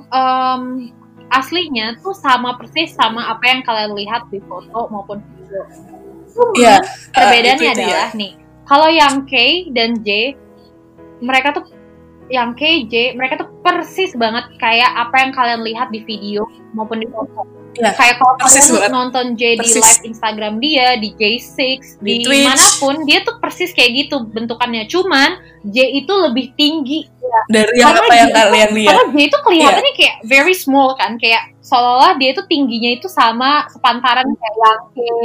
aslinya tuh sama persis sama apa yang kalian lihat di foto maupun video. Perbedaannya adalah nih, kalau yang K dan J, mereka tuh mereka tuh persis banget kayak apa yang kalian lihat di video maupun di foto. Kayak kalau kalian nonton J di live Instagram dia, di J6, di manapun, dia tuh persis kayak gitu bentukannya. Cuman J itu lebih tinggi dari yang apa yang kalian lihat. Karena J itu kelihatannya kayak very small kan, kayak seolah-olah dia itu tingginya itu sama sepantaran kayak yang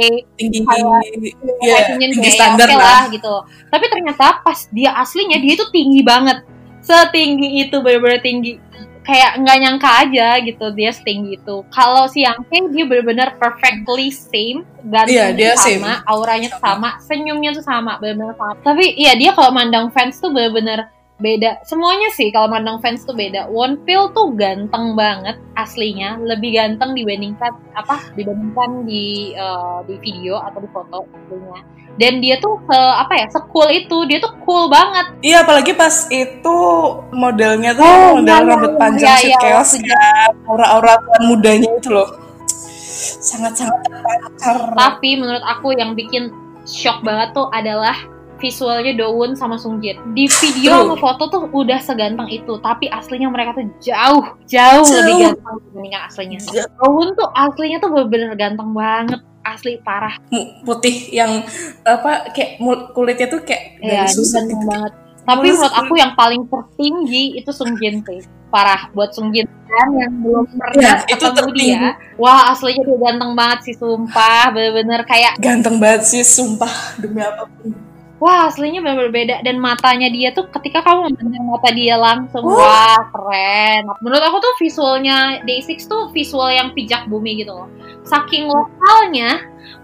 tinggi standar lah gitu. Tapi ternyata pas dia aslinya dia itu tinggi banget, setinggi itu, benar-benar tinggi. Kayak nggak nyangka aja gitu dia setinggi itu. Kalau si Youngkay dia benar-benar perfectly same, gantengnya sama, auranya tuh sama, senyumnya tuh sama, benar-benar sama. Tapi iya dia kalau mandang fans tuh benar-benar beda. Semuanya sih kalau mandang fans tuh beda. Wonpil tuh ganteng banget aslinya, lebih ganteng dibandingkan di video atau di foto aslinya. Dan dia tuh se-cool itu, dia tuh cool banget. Iya, apalagi pas itu modelnya tuh model rambut panjang Sweet Chaos kan. Aura-aura tuan mudanya itu loh. Sangat-sangat terpancar. Tapi menurut aku yang bikin shock banget tuh adalah visualnya Dowoon sama Sungjin. Di video sama foto tuh udah seganteng itu, tapi aslinya mereka tuh jauh lebih ganteng dibandingkan aslinya. Dowoon tuh aslinya tuh bener-bener ganteng banget. Asli parah, putih yang kayak kulitnya tuh kayak dari susah gitu banget. Tapi menurut aku yang paling tertinggi itu Sungjin sih, parah buat Sungjin kan yang belum pernah ketemu dia. Wah aslinya dia ganteng banget sih, sumpah, bener-bener kayak ganteng banget sih, sumpah demi apapun. wah aslinya benar-benar beda. Dan matanya dia tuh ketika kamu memandang mata dia langsung, wah keren. Menurut aku tuh visualnya Day6 tuh visual yang pijak bumi gitu loh. Saking lokalnya,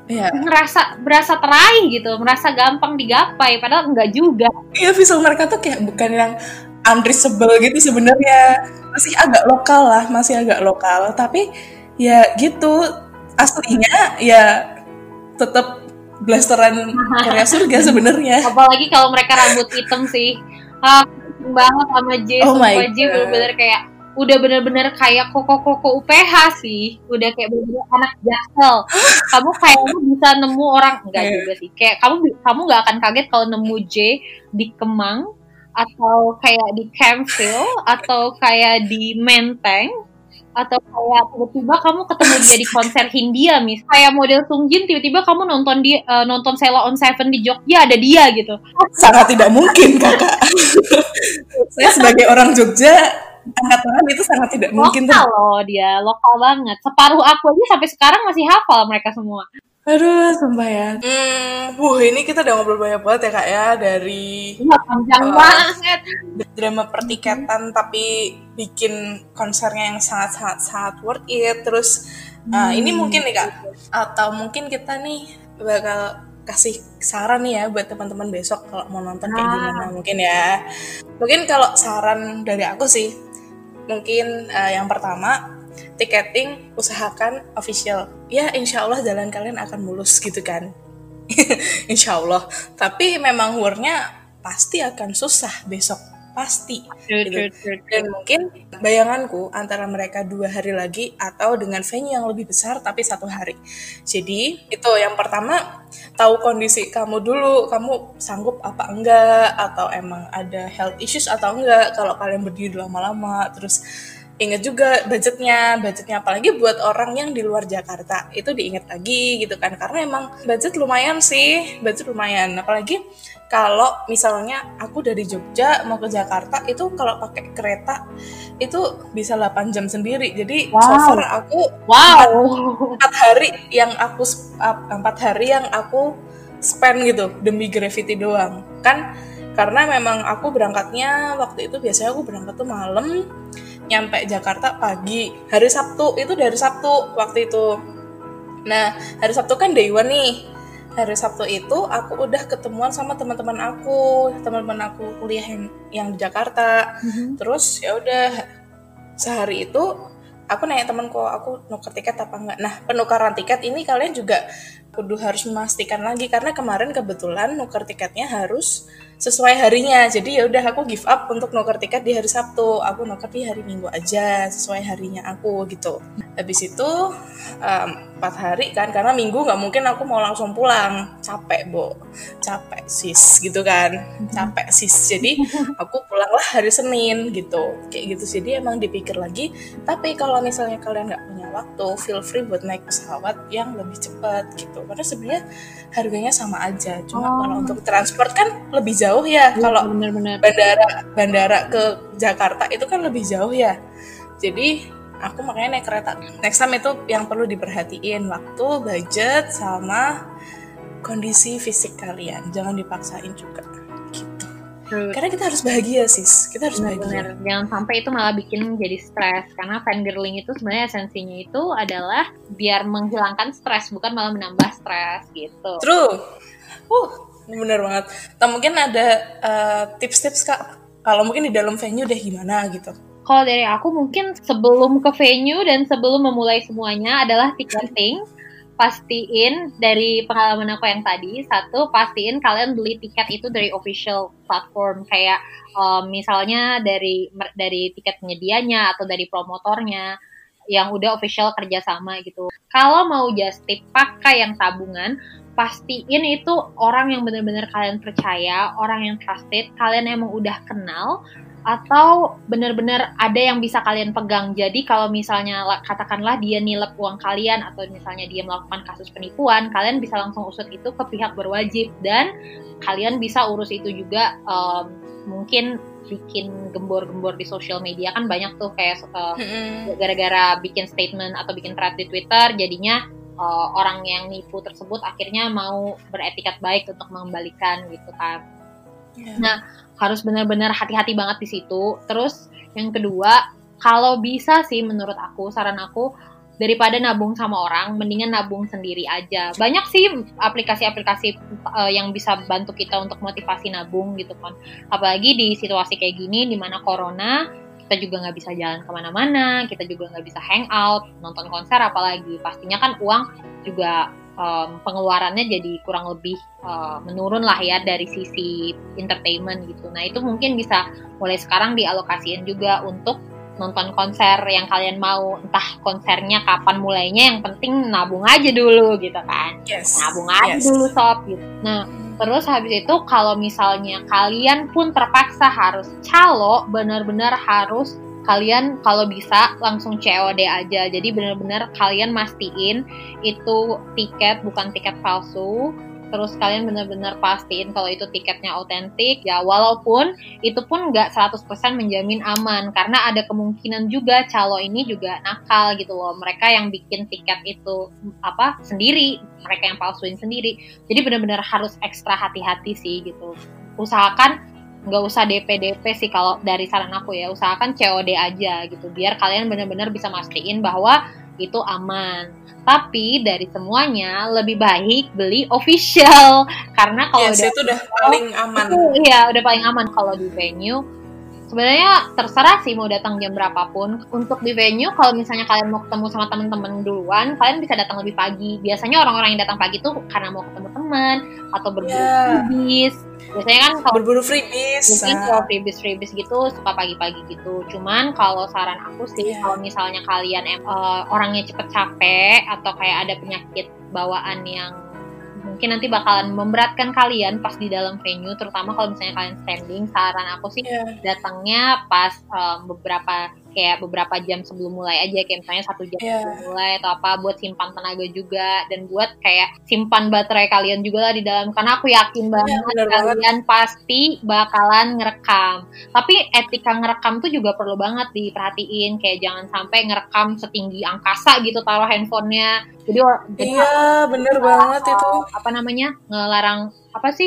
berasa teraih gitu, merasa gampang digapai, padahal enggak juga. Iya, visual mereka tuh kayak bukan yang unreachable gitu sebenarnya, masih agak lokal, tapi ya gitu, aslinya ya tetap blasteran Korea surga sebenarnya. Apalagi kalau mereka rambut hitam sih, banget sama J, sumpah J bener-bener kayak udah bener-bener kayak koko UPH sih, udah kayak bener-bener anak Jaksel. Kamu kayaknya bisa nemu orang, enggak juga sih, kayak kamu nggak akan kaget kalau nemu J di Kemang atau kayak di Campville atau kayak di Menteng atau kayak tiba-tiba kamu ketemu dia di konser Hindia kayak model Sungjin, tiba-tiba kamu nonton Sheila on Seven di Jogja, ada dia gitu. Sangat tidak mungkin kakak. Saya sebagai orang Jogja angkat tangan, itu sangat tidak mungkin. Lokal loh dia, lokal banget. Separuh aku aja sampai sekarang masih hafal mereka semua. Aduh, sumpah ya. Ini kita udah ngobrol banyak banget ya kak ya, dari panjang banget. Drama pertiketan tapi bikin konsernya yang sangat worth it. Terus ini mungkin nih kak, atau mungkin kita nih bakal kasih saran nih ya buat teman-teman besok kalau mau nonton kayak gimana mungkin ya. Mungkin kalau saran dari aku sih, mungkin yang pertama, tiketing usahakan official. Ya insya Allah jalan kalian akan mulus gitu kan. Insya Allah. Tapi memang war-nya pasti akan susah besok. Pasti gitu. Dan mungkin bayanganku antara mereka 2 hari lagi atau dengan venue yang lebih besar tapi 1 hari. Jadi itu yang pertama, tahu kondisi kamu dulu, kamu sanggup apa enggak, atau emang ada health issues atau enggak kalau kalian berdiri lama-lama. Terus ingat juga budgetnya apalagi buat orang yang di luar Jakarta, itu diingat lagi gitu kan, karena emang budget lumayan, apalagi kalau misalnya aku dari Jogja mau ke Jakarta, itu kalau pakai kereta itu bisa 8 jam sendiri, jadi so far aku 4 hari yang aku spend gitu demi Gravity doang kan, karena memang aku berangkatnya waktu itu, biasanya aku berangkat tuh malam, nyampe Jakarta pagi, hari Sabtu waktu itu. Nah, hari Sabtu kan day one nih. Hari Sabtu itu aku udah ketemuan sama teman-teman aku kuliah yang di Jakarta. Terus ya udah sehari itu aku nanya temanku, aku nuker tiket apa enggak. Nah, penukaran tiket ini kalian juga kudu harus memastikan lagi, karena kemarin kebetulan nuker tiketnya harus sesuai harinya. Jadi ya udah aku give up untuk nuker tiket di hari Sabtu. Aku nuker di hari Minggu aja sesuai harinya aku gitu. Habis itu 4 hari kan, karena Minggu nggak mungkin aku mau langsung pulang. Capek sis gitu kan. Jadi aku pulanglah hari Senin gitu. Kayak gitu. Jadi emang dipikir lagi. Tapi kalau misalnya kalian nggak punya waktu, feel free buat naik pesawat yang lebih cepat gitu. Karena sebenarnya harganya sama aja. Cuma kalau untuk transport kan lebih jauh ya. Kalau bandara ke Jakarta itu kan lebih jauh ya. Jadi aku makanya naik kereta. Next time itu yang perlu diperhatiin, waktu, budget, sama kondisi fisik kalian. Jangan dipaksain juga gitu. Karena kita harus bahagia sis. Kita harus bahagia. Jangan sampai itu malah bikin jadi stres. Karena fangirling itu sebenarnya esensinya itu adalah biar menghilangkan stres, bukan malah menambah stres gitu. True. Bener banget. Nah, mungkin ada tips-tips kak, kalau mungkin di dalam venue deh gimana gitu. Kalau dari aku mungkin sebelum ke venue dan sebelum memulai semuanya adalah ticketing. Pastiin dari pengalaman aku yang tadi, satu, pastiin kalian beli tiket itu dari official platform, kayak misalnya dari tiket penyedianya atau dari promotornya yang udah official kerjasama gitu. Kalau mau just tip pakai yang tabungan, pastiin itu orang yang benar-benar kalian percaya, orang yang trusted, kalian emang udah kenal, atau benar-benar ada yang bisa kalian pegang. Jadi kalau misalnya katakanlah dia nilep uang kalian, atau misalnya dia melakukan kasus penipuan, kalian bisa langsung usut itu ke pihak berwajib, dan kalian bisa urus itu juga. Mungkin bikin gembor-gembor di sosial media kan banyak tuh, kayak gara-gara bikin statement atau bikin thread di Twitter, jadinya orang yang nipu tersebut akhirnya mau beretikat baik untuk mengembalikan gitu kan. Nah, harus benar-benar hati-hati banget di situ. Terus yang kedua, kalau bisa sih menurut aku, saran aku, daripada nabung sama orang, mendingan nabung sendiri aja. Banyak sih aplikasi-aplikasi yang bisa bantu kita untuk motivasi nabung gitu kan. Apalagi di situasi kayak gini, di mana corona, kita juga nggak bisa jalan kemana-mana, kita juga nggak bisa hangout, nonton konser apalagi. Pastinya kan uang juga pengeluarannya jadi kurang lebih menurun lah ya dari sisi entertainment gitu. Nah itu mungkin bisa mulai sekarang dialokasiin juga untuk nonton konser yang kalian mau, entah konsernya kapan mulainya, yang penting nabung aja dulu gitu kan. Nabung aja dulu sob gitu. Nah terus habis itu kalau misalnya kalian pun terpaksa harus calo, benar-benar harus kalian kalau bisa langsung COD aja. Jadi benar-benar kalian mastiin itu tiket bukan tiket palsu. Terus kalian benar-benar pastiin kalau itu tiketnya autentik ya, walaupun itu pun nggak 100% menjamin aman karena ada kemungkinan juga calo ini juga nakal gitu loh. Mereka yang bikin tiket itu sendiri, mereka yang palsuin sendiri. Jadi benar-benar harus ekstra hati-hati sih gitu. Usahakan nggak usah DP sih kalau dari saran aku ya, usahakan COD aja gitu biar kalian benar-benar bisa mastiin bahwa itu aman. Tapi dari semuanya lebih baik beli official karena kalau itu udah paling aman. Iya, udah paling aman. Kalau di venue sebenarnya terserah sih mau datang jam berapapun. Untuk di venue kalau misalnya kalian mau ketemu sama teman-teman duluan, kalian bisa datang lebih pagi. Biasanya orang-orang yang datang pagi tuh karena mau ketemu teman atau berburu bis. Biasanya kan kalau berburu freebies, kalau freebies gitu suka pagi-pagi gitu. Cuman kalau saran aku sih kalau misalnya kalian orangnya cepet capek atau kayak ada penyakit bawaan yang mungkin nanti bakalan memberatkan kalian pas di dalam venue, terutama kalau misalnya kalian standing, saran aku sih datangnya pas beberapa jam sebelum mulai aja, kayak misalnya 1 jam sebelum mulai atau apa, buat simpan tenaga juga dan buat kayak simpan baterai kalian juga lah di dalam, karena aku yakin banget kalian pasti bakalan ngerekam. Tapi etika ngerekam tuh juga perlu banget diperhatiin, kayak jangan sampai ngerekam setinggi angkasa gitu taruh handphonenya. Jadi bener banget itu. Ngelarang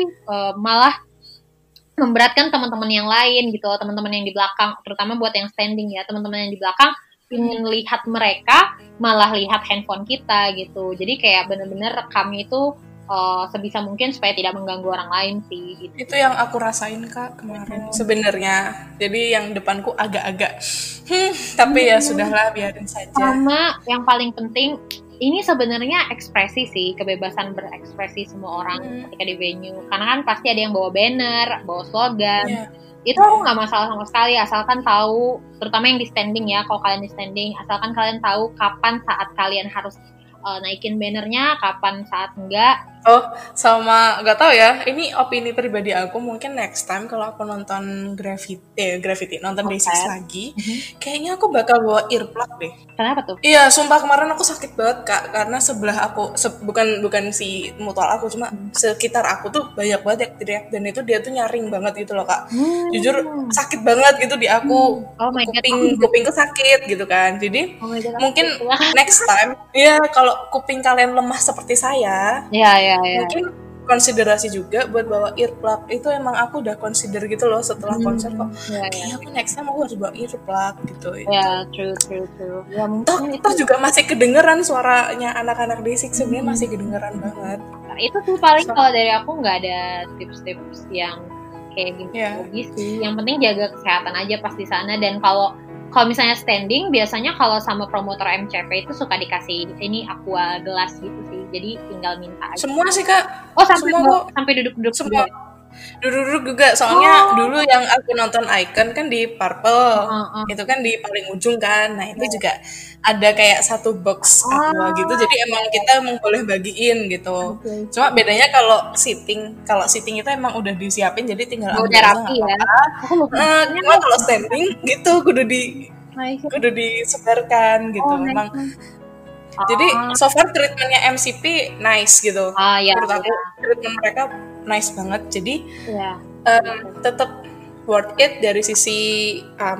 malah memberatkan teman-teman yang lain gitu, teman-teman yang di belakang, terutama buat yang standing ya, teman-teman yang di belakang ingin lihat mereka malah lihat handphone kita gitu. Jadi kayak bener-bener rekamnya itu sebisa mungkin supaya tidak mengganggu orang lain sih gitu. Itu yang aku rasain Kak kemarin sebenarnya. Jadi yang depanku agak-agak tapi ya sudahlah, biarin saja. Sama yang paling penting ini sebenarnya ekspresi sih, kebebasan berekspresi semua orang ketika di venue. Karena kan pasti ada yang bawa banner, bawa slogan. Itu aku nggak masalah sama sekali, asalkan tahu, terutama yang di standing ya, kalau kalian di standing, asalkan kalian tahu kapan saat kalian harus naikin bannernya, kapan saat enggak. Sama nggak tahu ya, ini opini pribadi aku, mungkin next time kalau aku nonton Gravity nonton Day6 lagi, kayaknya aku bakal bawa earplug deh. Kenapa tuh? Iya, sumpah kemarin aku sakit banget Kak, karena sebelah aku bukan si mutual aku, cuma sekitar aku tuh banyak banget yang teriak, dan itu dia tuh nyaring banget gitu loh Kak. Jujur sakit banget gitu di aku. Kupingku sakit gitu kan. Jadi mungkin next time kalau kuping kalian lemah seperti saya, mungkin konsiderasi juga buat bawa earplug. Itu emang aku udah consider gitu loh setelah konser kok. Kayaknya aku next time aku harus bawa earplug gitu. Ya, true. Ya, toh juga masih kedengeran suaranya anak-anak Day6, sebenarnya masih kedengeran banget. Nah, itu tuh paling kalau dari aku nggak ada tips-tips yang kayak gini sih. Yang penting jaga kesehatan aja pas di sana. Dan kalau misalnya standing, biasanya kalau sama promotor MCP itu suka dikasih ini aqua gelas gitu sih. Jadi tinggal minta aja. Semua sih Kak. Sampai duduk-duduk semua. Duduk-duduk juga, soalnya dulu yang aku nonton Icon kan di Purple, itu kan di paling ujung kan. Nah itu juga ada kayak satu box aqua gitu, jadi emang kita boleh bagiin gitu. Cuma bedanya kalau sitting itu emang udah disiapin, jadi tinggal ambil terapi ya. Cuma kalau standing gitu kudu disebarkan gitu. Memang jadi so far treatmentnya MCP nice gitu. Menurut aku treatment mereka nice banget. Jadi tetap worth it dari sisi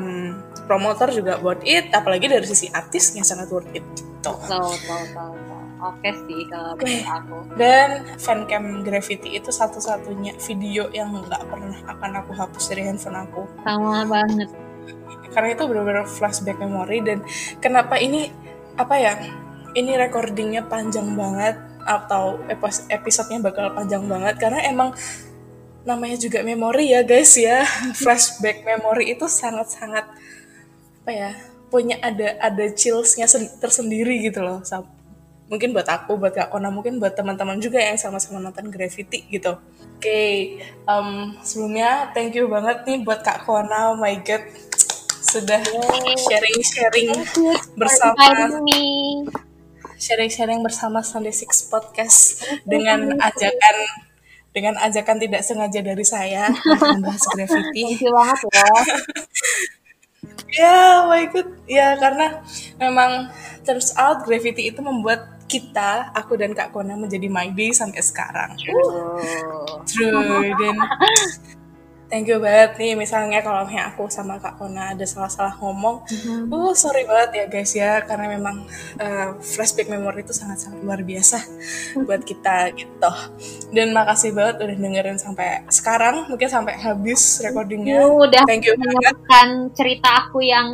promotor juga worth it, apalagi dari sisi artisnya sangat worth it gitu. oke sih kalau menurut aku. Dan fancam Gravity itu satu-satunya video yang nggak pernah akan aku hapus dari handphone aku. Sama banget. Karena itu benar-benar flashback memori. Dan kenapa ini ini recordingnya panjang banget atau episodenya bakal panjang banget karena emang namanya juga memori ya guys ya. Flashback memori itu sangat-sangat punya ada chills-nya tersendiri gitu loh. Mungkin buat aku, buat Kak Kona, mungkin buat teman-teman juga yang sama-sama nonton Gravity gitu. Oke, sebelumnya thank you banget nih buat Kak Kona, oh my god, sudah sharing-sharing bersama Sunday Six Podcast dengan ajakan tidak sengaja dari saya untuk membahas Gravity. Thank you banget ya. Ya, my god. Ya, karena memang turns out Gravity itu membuat aku dan Kak Kona menjadi my day sampai sekarang. True. Dan thank you banget nih, misalnya kalau aku sama Kak Kona ada salah-salah ngomong, sorry banget ya guys ya, karena memang flashback memory itu sangat-sangat luar biasa buat kita gitu. Dan makasih banget udah dengerin sampai sekarang, mungkin sampai habis recordingnya. Udah thank you banget. Cerita aku yang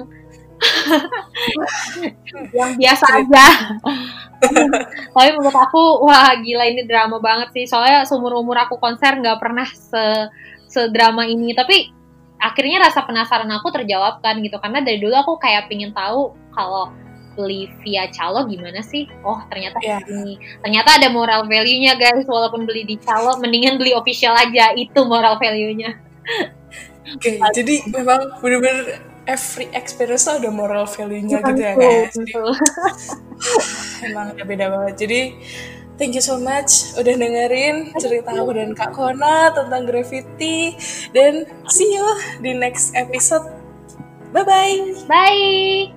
biasa aja. Tapi menurut aku, wah gila ini drama banget sih. Soalnya seumur-umur aku konser nggak pernah sedrama ini. Tapi akhirnya rasa penasaran aku terjawabkan gitu. Karena dari dulu aku kayak pingin tahu kalau beli via calo gimana sih. Oh ternyata ini. Ternyata ada moral value-nya guys. Walaupun beli di calo, mendingan beli official aja. Itu moral value-nya. Oke, jadi memang bener-bener every experience ada moral value-nya gitu ya guys. Emang udah beda banget. Jadi thank you so much udah dengerin cerita aku dan Kak Kona tentang Gravity. Dan see you di next episode. Bye-bye. Bye.